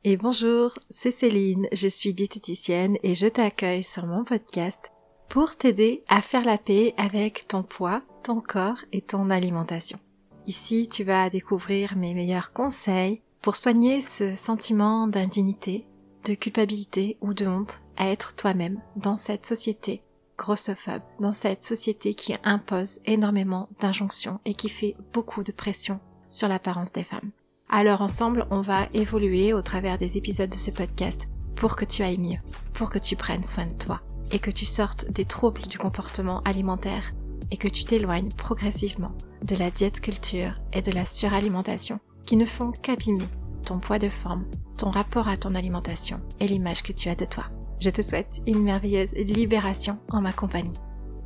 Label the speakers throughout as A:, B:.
A: Et bonjour, c'est Céline, je suis diététicienne et je t'accueille sur mon podcast pour t'aider à faire la paix avec ton poids, ton corps et ton alimentation. Ici, tu vas découvrir mes meilleurs conseils pour soigner ce sentiment d'indignité, de culpabilité ou de honte à être toi-même dans cette société grossophobe, dans cette société qui impose énormément d'injonctions et qui fait beaucoup de pression sur l'apparence des femmes. Alors ensemble, on va évoluer au travers des épisodes de ce podcast pour que tu ailles mieux, pour que tu prennes soin de toi et que tu sortes des troubles du comportement alimentaire et que tu t'éloignes progressivement de la diète culture et de la suralimentation qui ne font qu'abîmer ton poids de forme, ton rapport à ton alimentation et l'image que tu as de toi. Je te souhaite une merveilleuse libération en ma compagnie.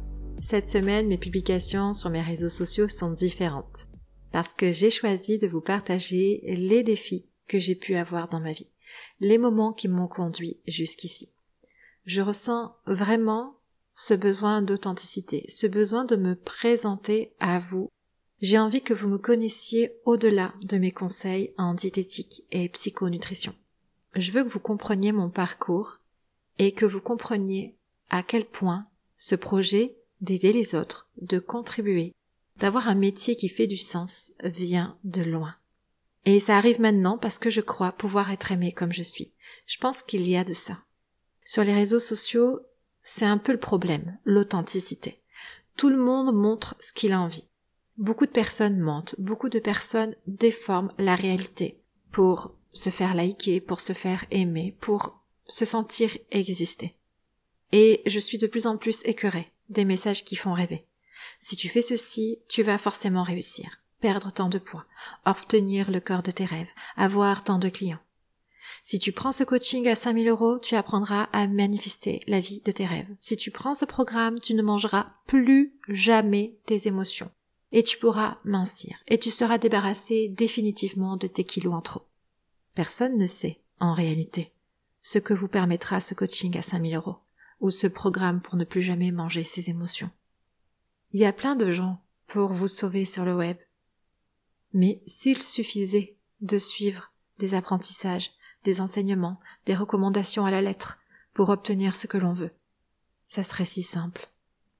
A: Cette semaine, mes publications sur mes réseaux sociaux sont différentes. Parce que j'ai choisi de vous partager les défis que j'ai pu avoir dans ma vie, les moments qui m'ont conduit jusqu'ici. Je ressens vraiment ce besoin d'authenticité, ce besoin de me présenter à vous. J'ai envie que vous me connaissiez au-delà de mes conseils en diététique et psychonutrition. Je veux que vous compreniez mon parcours et que vous compreniez à quel point ce projet d'aider les autres, de contribuer, d'avoir un métier qui fait du sens vient de loin. Et ça arrive maintenant parce que je crois pouvoir être aimée comme je suis. Je pense qu'il y a de ça. Sur les réseaux sociaux, c'est un peu le problème, l'authenticité. Tout le monde montre ce qu'il a envie. Beaucoup de personnes mentent, beaucoup de personnes déforment la réalité pour se faire liker, pour se faire aimer, pour se sentir exister. Et je suis de plus en plus écœurée des messages qui font rêver. Si tu fais ceci, tu vas forcément réussir, perdre tant de poids, obtenir le corps de tes rêves, avoir tant de clients. Si tu prends ce coaching à 5 000 €, tu apprendras à manifester la vie de tes rêves. Si tu prends ce programme, tu ne mangeras plus jamais tes émotions. Et tu pourras mincir. Et tu seras débarrassé définitivement de tes kilos en trop. Personne ne sait, en réalité, ce que vous permettra ce coaching à 5 000 € ou ce programme pour ne plus jamais manger ses émotions. Il y a plein de gens pour vous sauver sur le web. Mais s'il suffisait de suivre des apprentissages, des enseignements, des recommandations à la lettre pour obtenir ce que l'on veut, ça serait si simple.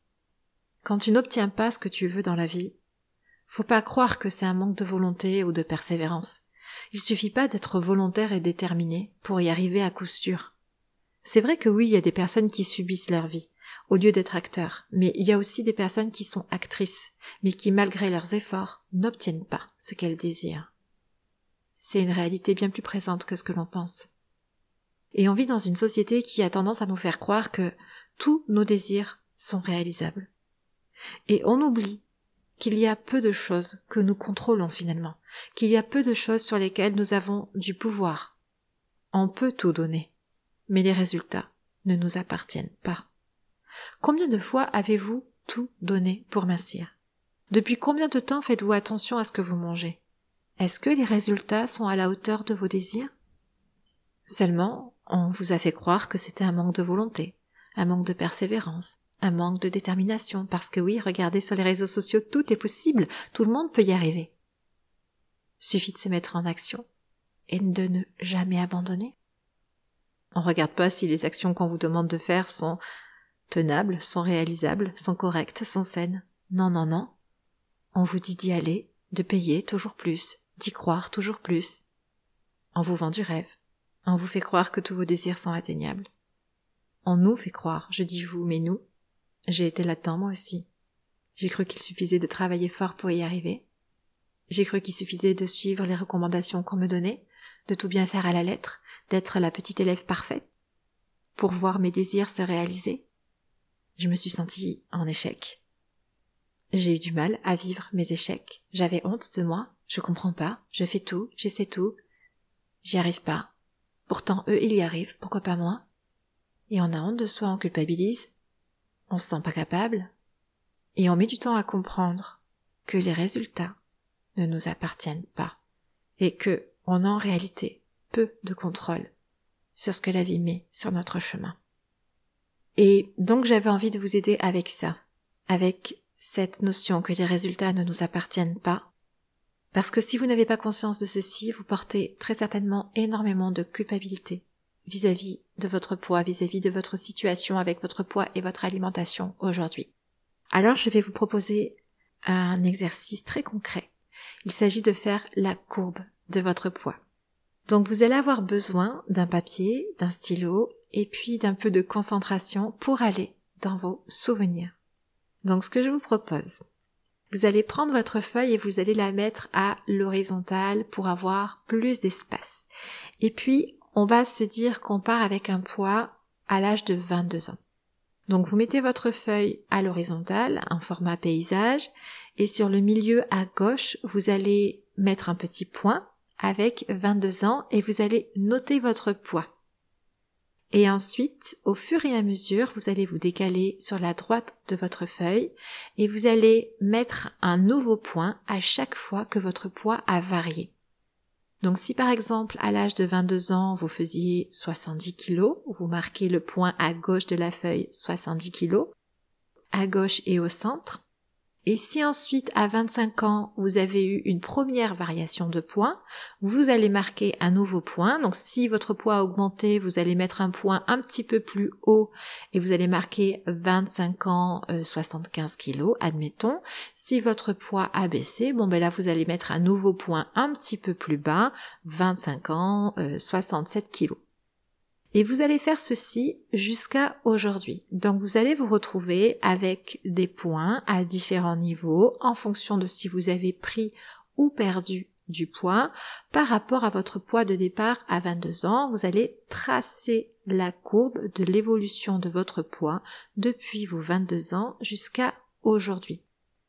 A: Quand tu n'obtiens pas ce que tu veux dans la vie, faut pas croire que c'est un manque de volonté ou de persévérance. Il suffit pas d'être volontaire et déterminé pour y arriver à coup sûr. C'est vrai que oui, il y a des personnes qui subissent leur vie au lieu d'être acteurs, mais il y a aussi des personnes qui sont actrices, mais qui malgré leurs efforts n'obtiennent pas ce qu'elles désirent. C'est une réalité bien plus présente que ce que l'on pense. Et on vit dans une société qui a tendance à nous faire croire que tous nos désirs sont réalisables. Et on oublie qu'il y a peu de choses que nous contrôlons finalement, qu'il y a peu de choses sur lesquelles nous avons du pouvoir. On peut tout donner, mais les résultats ne nous appartiennent pas. Combien de fois avez-vous tout donné pour mincir? Depuis combien de temps faites-vous attention à ce que vous mangez? Est-ce que les résultats sont à la hauteur de vos désirs? Seulement, on vous a fait croire que c'était un manque de volonté, un manque de persévérance, un manque de détermination, parce que oui, regardez sur les réseaux sociaux, tout est possible, tout le monde peut y arriver. Suffit de se mettre en action et de ne jamais abandonner. On regarde pas si les actions qu'on vous demande de faire sont tenables, sont réalisables, sont correctes, sont saines. Non, non, non. On vous dit d'y aller, de payer toujours plus, d'y croire toujours plus. On vous vend du rêve. On vous fait croire que tous vos désirs sont atteignables. On nous fait croire, je dis vous, mais nous, j'ai été là-dedans moi aussi. J'ai cru qu'il suffisait de travailler fort pour y arriver. J'ai cru qu'il suffisait de suivre les recommandations qu'on me donnait, de tout bien faire à la lettre, d'être la petite élève parfaite, pour voir mes désirs se réaliser. Je me suis sentie en échec. J'ai eu du mal à vivre mes échecs. J'avais honte de moi. Je comprends pas. Je fais tout. J'essaie tout. J'y arrive pas. Pourtant, eux, ils y arrivent. Pourquoi pas moi? Et on a honte de soi, on culpabilise. On se sent pas capable. Et on met du temps à comprendre que les résultats ne nous appartiennent pas. Et que on a en réalité peu de contrôle sur ce que la vie met sur notre chemin. Et donc j'avais envie de vous aider avec ça, avec cette notion que les résultats ne nous appartiennent pas, Parce que si vous n'avez pas conscience de ceci, vous portez très certainement énormément de culpabilité vis-à-vis de votre poids, vis-à-vis de votre situation avec votre poids et votre alimentation aujourd'hui. Alors je vais vous proposer un exercice très concret. Il s'agit de faire la courbe de votre poids. Donc vous allez avoir besoin d'un papier, d'un stylo et puis d'un peu de concentration pour aller dans vos souvenirs. Donc ce que je vous propose, vous allez prendre votre feuille et vous allez la mettre à l'horizontale pour avoir plus d'espace. Et puis on va se dire qu'on part avec un poids à l'âge de 22 ans. Donc vous mettez votre feuille à l'horizontale, un format paysage, et sur le milieu à gauche, vous allez mettre un petit point avec 22 ans et vous allez noter votre poids. Et ensuite, au fur et à mesure, vous allez vous décaler sur la droite de votre feuille et vous allez mettre un nouveau point à chaque fois que votre poids a varié. Donc si par exemple à l'âge de 22 ans vous faisiez 70 kg, vous marquez le point à gauche de la feuille 70 kg, à gauche et au centre. Et si ensuite à 25 ans vous avez eu une première variation de poids, vous allez marquer un nouveau point. Donc si votre poids a augmenté, vous allez mettre un point un petit peu plus haut et vous allez marquer 25 ans 75 kg, admettons. Si votre poids a baissé, là vous allez mettre un nouveau point un petit peu plus bas, 25 ans 67 kg. Et vous allez faire ceci jusqu'à aujourd'hui. Donc vous allez vous retrouver avec des points à différents niveaux en fonction de si vous avez pris ou perdu du poids par rapport à votre poids de départ à 22 ans. Vous allez tracer la courbe de l'évolution de votre poids depuis vos 22 ans jusqu'à aujourd'hui.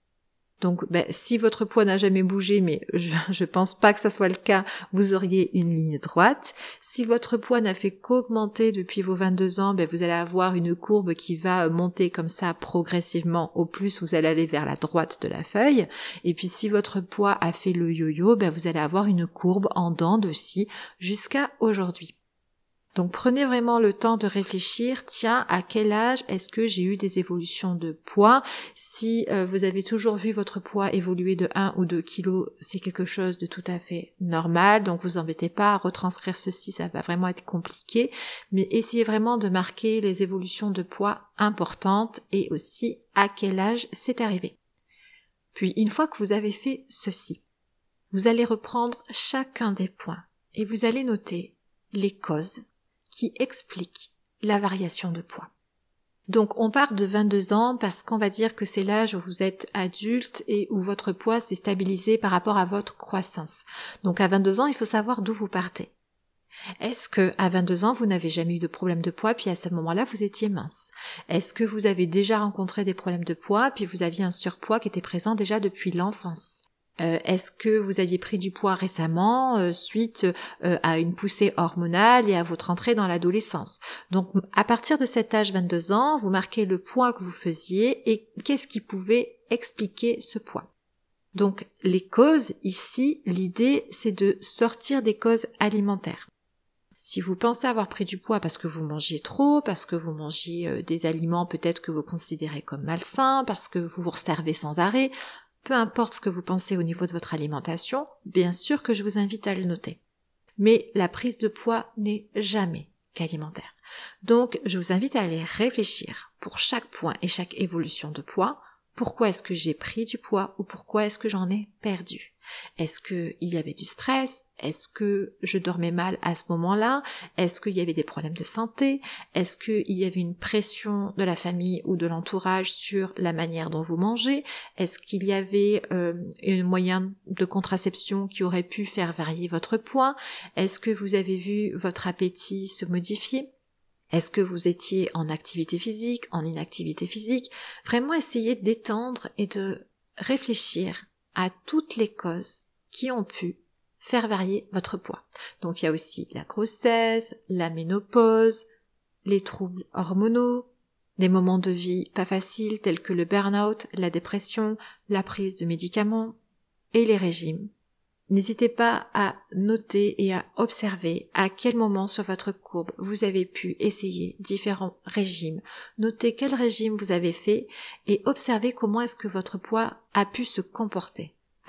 A: Donc, si votre poids n'a jamais bougé, mais je pense pas que ça soit le cas, vous auriez une ligne droite. Si votre poids n'a fait qu'augmenter depuis vos 22 ans, vous allez avoir une courbe qui va monter comme ça progressivement. Au plus, vous allez aller vers la droite de la feuille. Et puis, si votre poids a fait le yo-yo, vous allez avoir une courbe en dents de scie jusqu'à aujourd'hui. Donc prenez vraiment le temps de réfléchir, tiens, à quel âge est-ce que j'ai eu des évolutions de poids? Si vous avez toujours vu votre poids évoluer de 1 ou 2 kilos, c'est quelque chose de tout à fait normal, donc vous embêtez pas à retranscrire ceci, ça va vraiment être compliqué, mais essayez vraiment de marquer les évolutions de poids importantes et aussi à quel âge c'est arrivé. Puis une fois que vous avez fait ceci, vous allez reprendre chacun des points et vous allez noter les causes qui explique la variation de poids. Donc on part de 22 ans parce qu'on va dire que c'est l'âge où vous êtes adulte et où votre poids s'est stabilisé par rapport à votre croissance. Donc à 22 ans, il faut savoir d'où vous partez. Est-ce que à 22 ans, vous n'avez jamais eu de problème de poids puis à ce moment-là, vous étiez mince? Est-ce que vous avez déjà rencontré des problèmes de poids puis vous aviez un surpoids qui était présent déjà depuis l'enfance? Est-ce que vous aviez pris du poids récemment suite à une poussée hormonale et à votre entrée dans l'adolescence? Donc à partir de cet âge 22 ans, vous marquez le poids que vous faisiez et qu'est-ce qui pouvait expliquer ce poids. Donc les causes ici, l'idée c'est de sortir des causes alimentaires. Si vous pensez avoir pris du poids parce que vous mangiez trop, parce que vous mangiez des aliments peut-être que vous considérez comme malsains, parce que vous vous resservez sans arrêt, peu importe ce que vous pensez au niveau de votre alimentation, bien sûr que je vous invite à le noter. Mais la prise de poids n'est jamais qu'alimentaire. Donc, je vous invite à aller réfléchir pour chaque point et chaque évolution de poids. Pourquoi est-ce que j'ai pris du poids ou pourquoi est-ce que j'en ai perdu? Est-ce qu'il y avait du stress? Est-ce que je dormais mal à ce moment-là? Est-ce qu'il y avait des problèmes de santé? Est-ce qu'il y avait une pression de la famille ou de l'entourage sur la manière dont vous mangez? Est-ce qu'il y avait un moyen de contraception qui aurait pu faire varier votre poids? Est-ce que vous avez vu votre appétit se modifier? Est-ce que vous étiez en activité physique, en inactivité physique? Vraiment essayer d'étendre et de réfléchir à toutes les causes qui ont pu faire varier votre poids. Donc il y a aussi la grossesse, la ménopause, les troubles hormonaux, des moments de vie pas faciles tels que le burn-out, la dépression, la prise de médicaments et les régimes. N'hésitez pas à noter et à observer à quel moment sur votre courbe vous avez pu essayer différents régimes. Notez quel régime vous avez fait et observez comment est-ce que votre poids a pu se comporter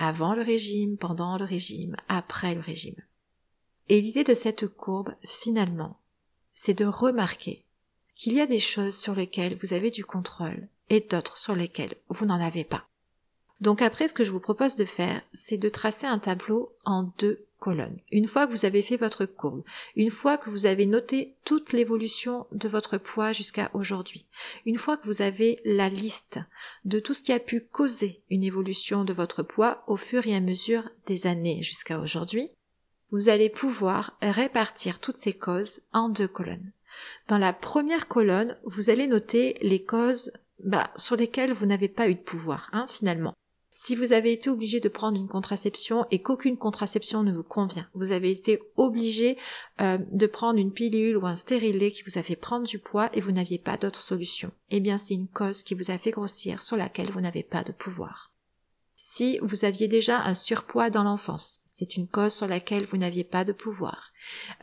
A: avant le régime, pendant le régime, après le régime. Et l'idée de cette courbe, finalement, c'est de remarquer qu'il y a des choses sur lesquelles vous avez du contrôle et d'autres sur lesquelles vous n'en avez pas. Donc après, ce que je vous propose de faire, c'est de tracer un tableau en 2 colonnes. Une fois que vous avez fait votre courbe, une fois que vous avez noté toute l'évolution de votre poids jusqu'à aujourd'hui, une fois que vous avez la liste de tout ce qui a pu causer une évolution de votre poids au fur et à mesure des années jusqu'à aujourd'hui, vous allez pouvoir répartir toutes ces causes en 2 colonnes. Dans la première colonne, vous allez noter les causes sur lesquelles vous n'avez pas eu de pouvoir, finalement. Si vous avez été obligé de prendre une contraception et qu'aucune contraception ne vous convient, vous avez été obligé de prendre une pilule ou un stérilet qui vous a fait prendre du poids et vous n'aviez pas d'autre solution, eh bien c'est une cause qui vous a fait grossir sur laquelle vous n'avez pas de pouvoir. Si vous aviez déjà un surpoids dans l'enfance, c'est une cause sur laquelle vous n'aviez pas de pouvoir.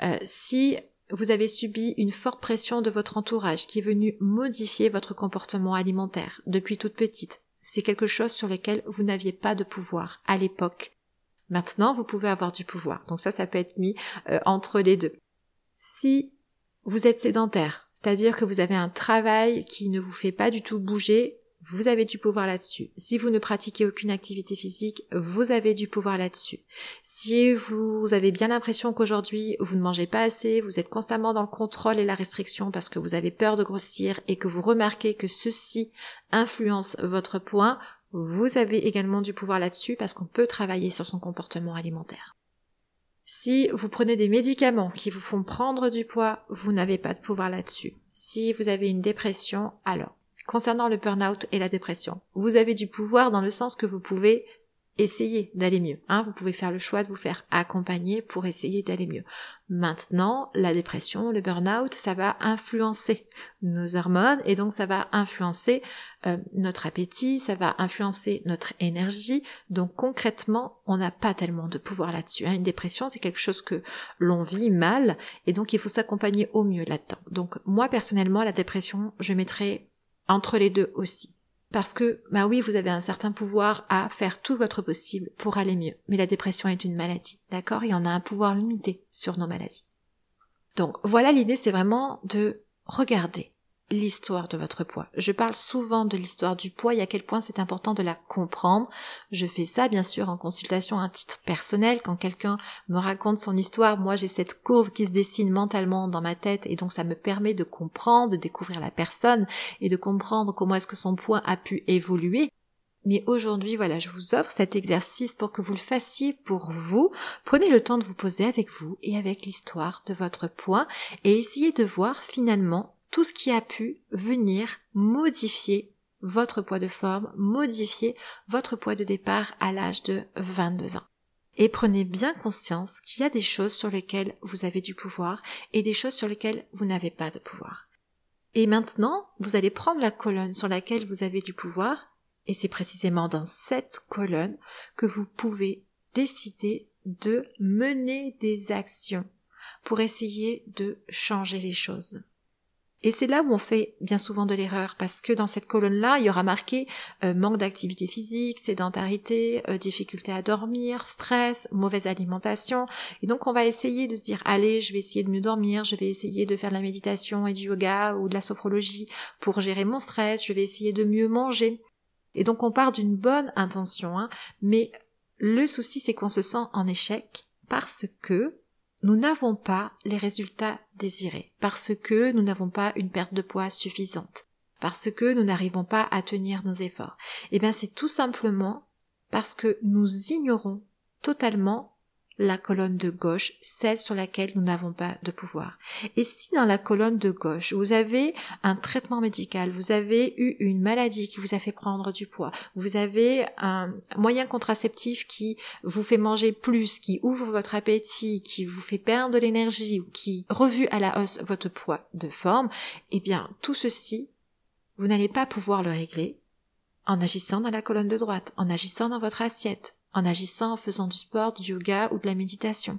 A: Si vous avez subi une forte pression de votre entourage qui est venu modifier votre comportement alimentaire depuis toute petite, c'est quelque chose sur lequel vous n'aviez pas de pouvoir à l'époque. Maintenant, vous pouvez avoir du pouvoir. Donc ça peut être mis entre les deux. Si vous êtes sédentaire, c'est-à-dire que vous avez un travail qui ne vous fait pas du tout bouger, vous avez du pouvoir là-dessus. Si vous ne pratiquez aucune activité physique, vous avez du pouvoir là-dessus. Si vous avez bien l'impression qu'aujourd'hui, vous ne mangez pas assez, vous êtes constamment dans le contrôle et la restriction parce que vous avez peur de grossir et que vous remarquez que ceci influence votre poids, vous avez également du pouvoir là-dessus parce qu'on peut travailler sur son comportement alimentaire. Si vous prenez des médicaments qui vous font prendre du poids, vous n'avez pas de pouvoir là-dessus. Si vous avez une dépression, alors, concernant le burn-out et la dépression, vous avez du pouvoir dans le sens que vous pouvez essayer d'aller mieux. Vous pouvez faire le choix de vous faire accompagner pour essayer d'aller mieux. Maintenant, la dépression, le burn-out, ça va influencer nos hormones et donc ça va influencer notre appétit, ça va influencer notre énergie. Donc concrètement, on n'a pas tellement de pouvoir là-dessus. Une dépression, c'est quelque chose que l'on vit mal et donc il faut s'accompagner au mieux là-dedans. Donc moi personnellement, la dépression, je mettrais entre les deux aussi. Parce que, oui, vous avez un certain pouvoir à faire tout votre possible pour aller mieux. Mais la dépression est une maladie, d'accord? Et on a un pouvoir limité sur nos maladies. Donc voilà, l'idée, c'est vraiment de regarder l'histoire de votre poids. Je parle souvent de l'histoire du poids et à quel point c'est important de la comprendre. Je fais ça bien sûr en consultation à un titre personnel. Quand quelqu'un me raconte son histoire, moi j'ai cette courbe qui se dessine mentalement dans ma tête et donc ça me permet de comprendre, de découvrir la personne et de comprendre comment est-ce que son poids a pu évoluer. Mais aujourd'hui, voilà, je vous offre cet exercice pour que vous le fassiez pour vous. Prenez le temps de vous poser avec vous et avec l'histoire de votre poids et essayez de voir finalement tout ce qui a pu venir modifier votre poids de forme, modifier votre poids de départ à l'âge de 22 ans. Et prenez bien conscience qu'il y a des choses sur lesquelles vous avez du pouvoir et des choses sur lesquelles vous n'avez pas de pouvoir. Et maintenant, vous allez prendre la colonne sur laquelle vous avez du pouvoir, et c'est précisément dans cette colonne que vous pouvez décider de mener des actions pour essayer de changer les choses. Et c'est là où on fait bien souvent de l'erreur, parce que dans cette colonne-là, il y aura marqué manque d'activité physique, sédentarité, difficulté à dormir, stress, mauvaise alimentation. Et donc on va essayer de se dire, allez, je vais essayer de mieux dormir, je vais essayer de faire de la méditation et du yoga ou de la sophrologie pour gérer mon stress, je vais essayer de mieux manger. Et donc on part d'une bonne intention, mais le souci c'est qu'on se sent en échec parce que nous n'avons pas les résultats désirés, parce que nous n'avons pas une perte de poids suffisante, parce que nous n'arrivons pas à tenir nos efforts. Eh bien, c'est tout simplement parce que nous ignorons totalement la colonne de gauche, celle sur laquelle nous n'avons pas de pouvoir. Et si dans la colonne de gauche, vous avez un traitement médical, vous avez eu une maladie qui vous a fait prendre du poids, vous avez un moyen contraceptif qui vous fait manger plus, qui ouvre votre appétit, qui vous fait perdre de l'énergie, ou qui revue à la hausse votre poids de forme, eh bien, tout ceci, vous n'allez pas pouvoir le régler en agissant dans la colonne de droite, en agissant dans votre assiette, en agissant en faisant du sport, du yoga ou de la méditation.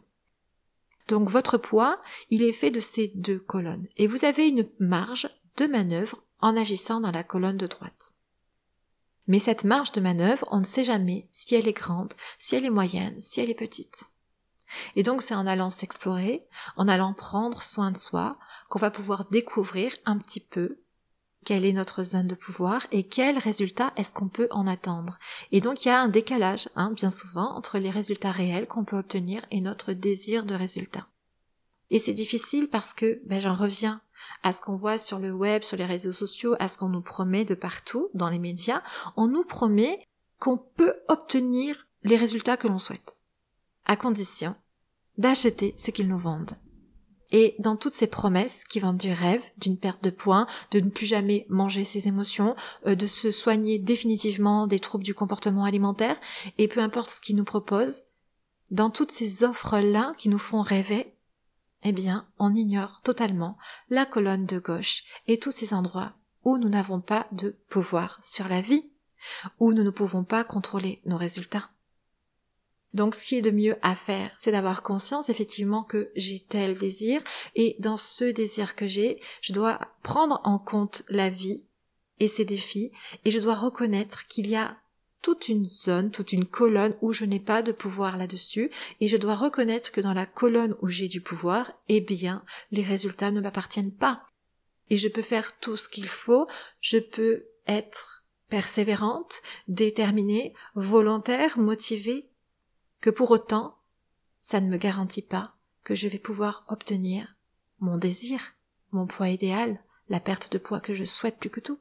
A: Donc votre poids, il est fait de ces 2 colonnes. Et vous avez une marge de manœuvre en agissant dans la colonne de droite. Mais cette marge de manœuvre, on ne sait jamais si elle est grande, si elle est moyenne, si elle est petite. Et donc c'est en allant s'explorer, en allant prendre soin de soi, qu'on va pouvoir découvrir un petit peu quelle est notre zone de pouvoir et quels résultats est-ce qu'on peut en attendre. Et donc il y a un décalage, bien souvent, entre les résultats réels qu'on peut obtenir et notre désir de résultats. Et c'est difficile parce que, j'en reviens à ce qu'on voit sur le web, sur les réseaux sociaux, à ce qu'on nous promet de partout, dans les médias, on nous promet qu'on peut obtenir les résultats que l'on souhaite, à condition d'acheter ce qu'ils nous vendent. Et dans toutes ces promesses qui vendent du rêve, d'une perte de poids, de ne plus jamais manger ses émotions, de se soigner définitivement des troubles du comportement alimentaire, et peu importe ce qu'ils nous proposent, dans toutes ces offres-là qui nous font rêver, on ignore totalement la colonne de gauche et tous ces endroits où nous n'avons pas de pouvoir sur la vie, où nous ne pouvons pas contrôler nos résultats. Donc ce qui est de mieux à faire, c'est d'avoir conscience effectivement que j'ai tel désir, et dans ce désir que j'ai, je dois prendre en compte la vie et ses défis, et je dois reconnaître qu'il y a toute une zone, toute une colonne où je n'ai pas de pouvoir là-dessus, et je dois reconnaître que dans la colonne où j'ai du pouvoir, les résultats ne m'appartiennent pas. Et je peux faire tout ce qu'il faut, je peux être persévérante, déterminée, volontaire, motivée, que pour autant, ça ne me garantit pas que je vais pouvoir obtenir mon désir, mon poids idéal, la perte de poids que je souhaite plus que tout.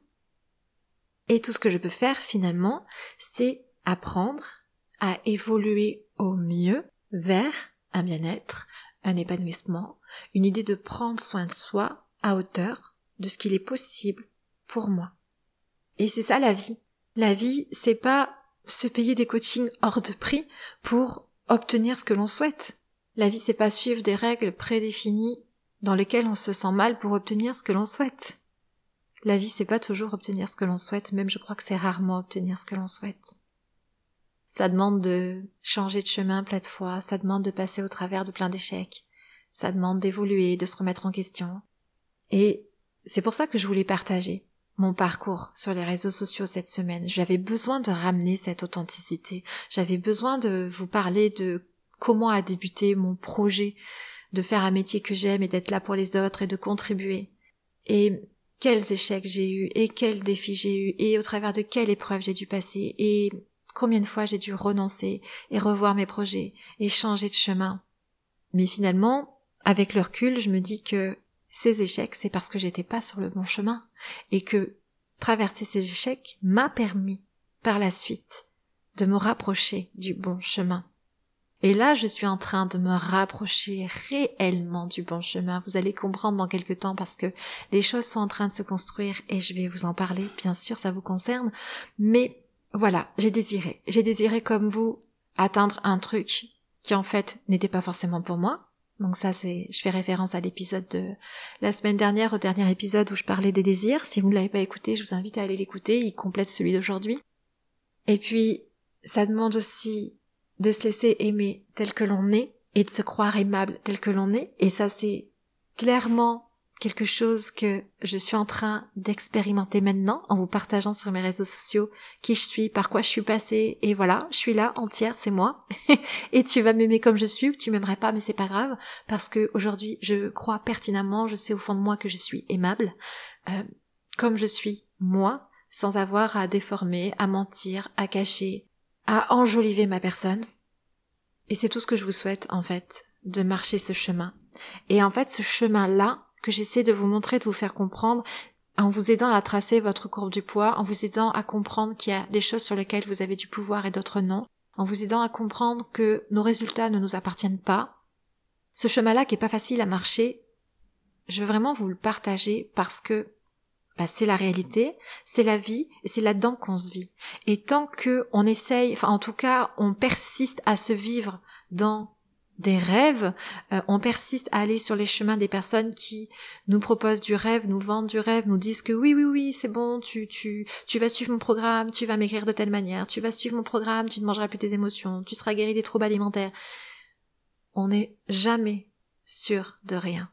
A: Et tout ce que je peux faire finalement, c'est apprendre à évoluer au mieux vers un bien-être, un épanouissement, une idée de prendre soin de soi à hauteur de ce qu'il est possible pour moi. Et c'est ça la vie. La vie, c'est pas se payer des coachings hors de prix pour obtenir ce que l'on souhaite. La vie, c'est pas suivre des règles prédéfinies dans lesquelles on se sent mal pour obtenir ce que l'on souhaite. La vie, c'est pas toujours obtenir ce que l'on souhaite, même je crois que c'est rarement obtenir ce que l'on souhaite. Ça demande de changer de chemin plein de fois, ça demande de passer au travers de plein d'échecs, ça demande d'évoluer, de se remettre en question. Et c'est pour ça que je voulais partager mon parcours sur les réseaux sociaux cette semaine. J'avais besoin de ramener cette authenticité. J'avais besoin de vous parler de comment a débuté mon projet de faire un métier que j'aime et d'être là pour les autres et de contribuer. Et quels échecs j'ai eus et quels défis j'ai eus et au travers de quelles épreuves j'ai dû passer et combien de fois j'ai dû renoncer et revoir mes projets et changer de chemin. Mais finalement, avec le recul, je me dis que ces échecs, c'est parce que j'étais pas sur le bon chemin et que traverser ces échecs m'a permis par la suite de me rapprocher du bon chemin. Et là, je suis en train de me rapprocher réellement du bon chemin. Vous allez comprendre dans quelques temps parce que les choses sont en train de se construire et je vais vous en parler. Bien sûr, ça vous concerne. Mais voilà, j'ai désiré comme vous atteindre un truc qui en fait n'était pas forcément pour moi. Donc ça, je fais référence à l'épisode de la semaine dernière, au dernier épisode où je parlais des désirs. Si vous ne l'avez pas écouté, je vous invite à aller l'écouter, il complète celui d'aujourd'hui. Et puis, ça demande aussi de se laisser aimer tel que l'on est et de se croire aimable tel que l'on est. Et ça, c'est clairement quelque chose que je suis en train d'expérimenter maintenant en vous partageant sur mes réseaux sociaux qui je suis, par quoi je suis passée, et voilà, je suis là entière, c'est moi. Et tu vas m'aimer comme je suis ou tu m'aimerais pas, mais c'est pas grave parce que aujourd'hui je crois pertinemment, je sais au fond de moi que je suis aimable comme je suis moi, sans avoir à déformer, à mentir, à cacher, à enjoliver ma personne. Et c'est tout ce que je vous souhaite en fait, de marcher ce chemin. Et en fait ce chemin-là que j'essaie de vous montrer, de vous faire comprendre, en vous aidant à tracer votre courbe du poids, en vous aidant à comprendre qu'il y a des choses sur lesquelles vous avez du pouvoir et d'autres non, en vous aidant à comprendre que nos résultats ne nous appartiennent pas. Ce chemin-là qui est pas facile à marcher, je veux vraiment vous le partager parce que c'est la réalité, c'est la vie et c'est là-dedans qu'on se vit. Et tant que on essaye, en tout cas on persiste à se vivre dans des rêves, on persiste à aller sur les chemins des personnes qui nous proposent du rêve, nous vendent du rêve, nous disent que oui, c'est bon, tu vas suivre mon programme, tu vas maigrir de telle manière, tu vas suivre mon programme, tu ne mangeras plus tes émotions, tu seras guéri des troubles alimentaires. On n'est jamais sûr de rien.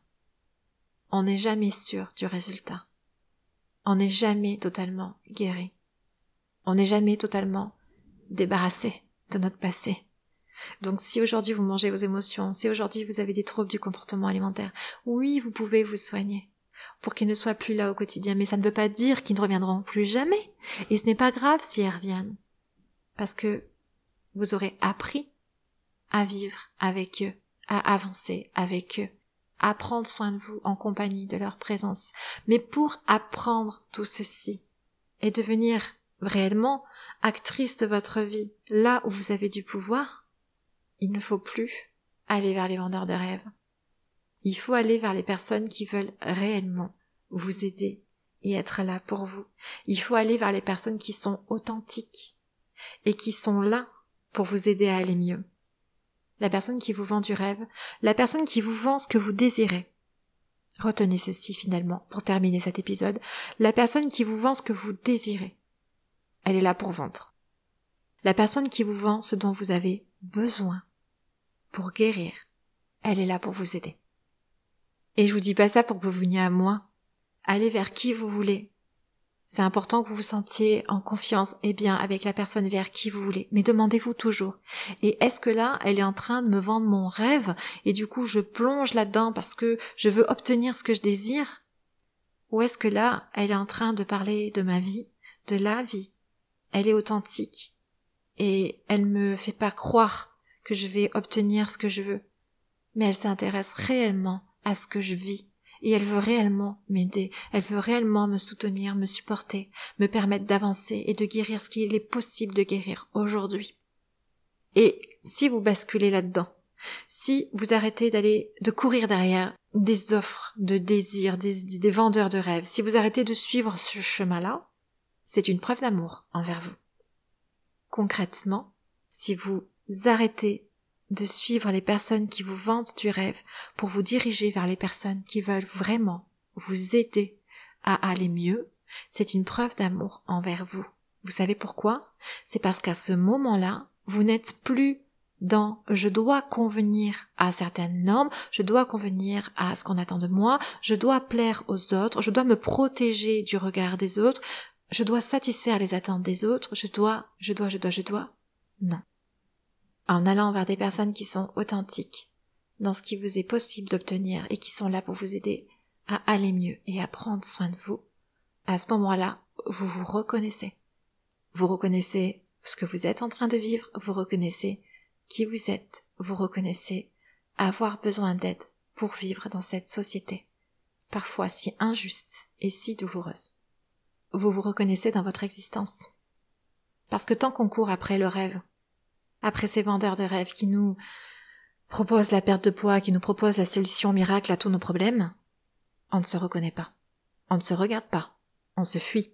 A: On n'est jamais sûr du résultat. On n'est jamais totalement guéri. On n'est jamais totalement débarrassé de notre passé. Donc si aujourd'hui vous mangez vos émotions, si aujourd'hui vous avez des troubles du comportement alimentaire, oui, vous pouvez vous soigner pour qu'ils ne soient plus là au quotidien, mais ça ne veut pas dire qu'ils ne reviendront plus jamais. Et ce n'est pas grave si ils reviennent, parce que vous aurez appris à vivre avec eux, à avancer avec eux, à prendre soin de vous en compagnie de leur présence. Mais pour apprendre tout ceci et devenir réellement actrice de votre vie, là où vous avez du pouvoir, il ne faut plus aller vers les vendeurs de rêves. Il faut aller vers les personnes qui veulent réellement vous aider et être là pour vous. Il faut aller vers les personnes qui sont authentiques et qui sont là pour vous aider à aller mieux. La personne qui vous vend du rêve, la personne qui vous vend ce que vous désirez. Retenez ceci finalement pour terminer cet épisode. La personne qui vous vend ce que vous désirez, elle est là pour vendre. La personne qui vous vend ce dont vous avez besoin pour guérir, elle est là pour vous aider. Et je vous dis pas ça pour que vous veniez à moi. Allez vers qui vous voulez. C'est important que vous vous sentiez en confiance et bien avec la personne vers qui vous voulez. Mais demandez-vous toujours. Et est-ce que là, elle est en train de me vendre mon rêve et du coup je plonge là-dedans parce que je veux obtenir ce que je désire? Ou est-ce que là, elle est en train de parler de ma vie, de la vie? Elle est authentique et elle me fait pas croire que je vais obtenir ce que je veux. Mais elle s'intéresse réellement à ce que je vis. Et elle veut réellement m'aider, elle veut réellement me soutenir, me supporter, me permettre d'avancer et de guérir ce qu'il est possible de guérir aujourd'hui. Et si vous basculez là-dedans, si vous arrêtez de courir derrière des offres de désirs, des vendeurs de rêves, si vous arrêtez de suivre ce chemin-là, c'est une preuve d'amour envers vous. Concrètement, si vous arrêtez de suivre les personnes qui vous vendent du rêve pour vous diriger vers les personnes qui veulent vraiment vous aider à aller mieux, c'est une preuve d'amour envers vous. Vous savez pourquoi? C'est parce qu'à ce moment-là, vous n'êtes plus dans « je dois convenir à certaines normes, je dois convenir à ce qu'on attend de moi, je dois plaire aux autres, je dois me protéger du regard des autres, je dois satisfaire les attentes des autres, je dois. » Non. En allant vers des personnes qui sont authentiques, dans ce qui vous est possible d'obtenir et qui sont là pour vous aider à aller mieux et à prendre soin de vous, à ce moment-là, vous vous reconnaissez. Vous reconnaissez ce que vous êtes en train de vivre, vous reconnaissez qui vous êtes, vous reconnaissez avoir besoin d'aide pour vivre dans cette société, parfois si injuste et si douloureuse. Vous vous reconnaissez dans votre existence. Parce que tant qu'on court après le rêve, après ces vendeurs de rêves qui nous proposent la perte de poids, qui nous proposent la solution miracle à tous nos problèmes, on ne se reconnaît pas. On ne se regarde pas. On se fuit.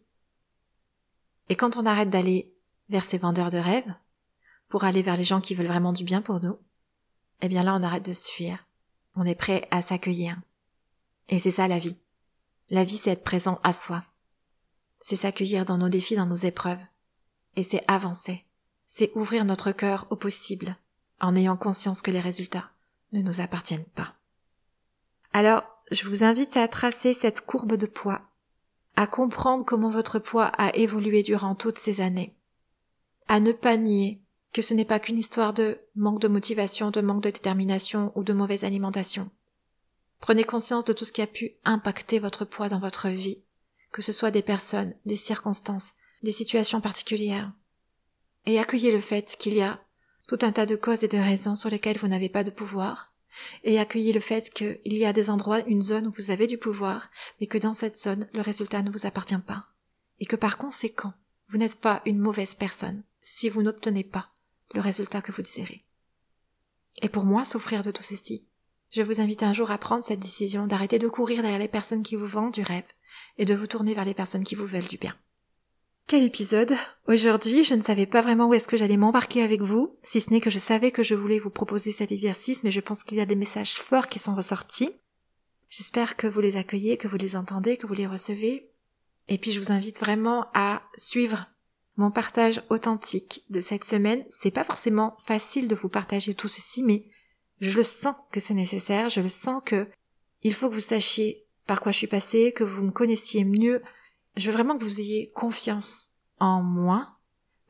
A: Et quand on arrête d'aller vers ces vendeurs de rêves, pour aller vers les gens qui veulent vraiment du bien pour nous, eh bien là on arrête de se fuir. On est prêt à s'accueillir. Et c'est ça la vie. La vie, c'est être présent à soi. C'est s'accueillir dans nos défis, dans nos épreuves. Et c'est avancer. C'est ouvrir notre cœur au possible, en ayant conscience que les résultats ne nous appartiennent pas. Alors, je vous invite à tracer cette courbe de poids, à comprendre comment votre poids a évolué durant toutes ces années, à ne pas nier que ce n'est pas qu'une histoire de manque de motivation, de manque de détermination ou de mauvaise alimentation. Prenez conscience de tout ce qui a pu impacter votre poids dans votre vie, que ce soit des personnes, des circonstances, des situations particulières. Et accueillez le fait qu'il y a tout un tas de causes et de raisons sur lesquelles vous n'avez pas de pouvoir, et accueillez le fait qu'il y a des endroits, une zone où vous avez du pouvoir, mais que dans cette zone, le résultat ne vous appartient pas, et que par conséquent, vous n'êtes pas une mauvaise personne si vous n'obtenez pas le résultat que vous désirez. Et pour moi, souffrir de tout ceci, je vous invite un jour à prendre cette décision d'arrêter de courir derrière les personnes qui vous vendent du rêve, et de vous tourner vers les personnes qui vous veulent du bien. Quel épisode! Aujourd'hui, je ne savais pas vraiment où est-ce que j'allais m'embarquer avec vous, si ce n'est que je savais que je voulais vous proposer cet exercice, mais je pense qu'il y a des messages forts qui sont ressortis. J'espère que vous les accueillez, que vous les entendez, que vous les recevez. Et puis je vous invite vraiment à suivre mon partage authentique de cette semaine. C'est pas forcément facile de vous partager tout ceci, mais je le sens que c'est nécessaire, je le sens que il faut que vous sachiez par quoi je suis passée, que vous me connaissiez mieux. Je veux vraiment que vous ayez confiance en moi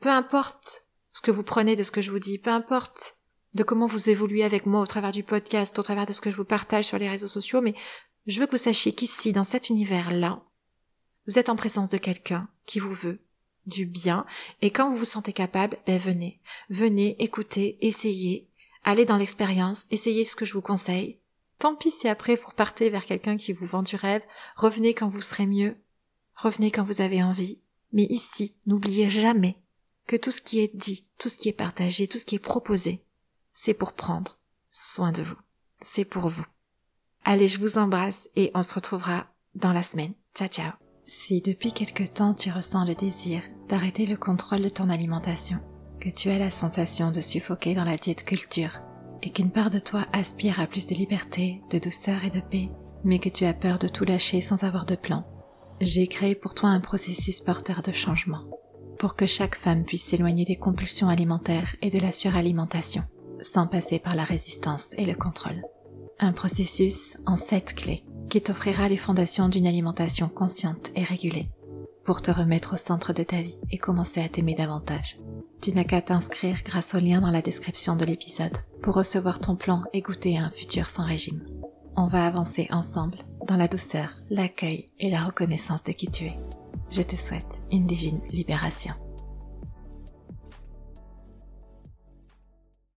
A: peu importe ce que vous prenez de ce que je vous dis, peu importe de comment vous évoluez avec moi au travers du podcast, au travers de ce que je vous partage sur les réseaux sociaux, mais je veux que vous sachiez qu'ici, dans cet univers-là, vous êtes en présence de quelqu'un qui vous veut du bien, et quand vous vous sentez capable, venez, écoutez, essayez, allez dans l'expérience, essayez ce que je vous conseille. Tant pis si après vous repartez vers quelqu'un qui vous vend du rêve, revenez quand vous serez mieux, revenez quand vous avez envie, mais ici, n'oubliez jamais que tout ce qui est dit, tout ce qui est partagé, tout ce qui est proposé, c'est pour prendre soin de vous, c'est pour vous. Allez, je vous embrasse et on se retrouvera dans la semaine. Ciao, ciao. Si depuis quelque temps tu ressens le désir d'arrêter le contrôle de ton alimentation, que tu as la sensation de suffoquer dans la diète culture, et qu'une part de toi aspire à plus de liberté, de douceur et de paix, mais que tu as peur de tout lâcher sans avoir de plan, j'ai créé pour toi un processus porteur de changement, pour que chaque femme puisse s'éloigner des compulsions alimentaires et de la suralimentation, sans passer par la résistance et le contrôle. Un processus en 7 clés, qui t'offrira les fondations d'une alimentation consciente et régulée, pour te remettre au centre de ta vie et commencer à t'aimer davantage. Tu n'as qu'à t'inscrire grâce au lien dans la description de l'épisode pour recevoir ton plan et goûter à un futur sans régime. On va avancer ensemble dans la douceur, l'accueil et la reconnaissance de qui tu es. Je te souhaite une divine libération.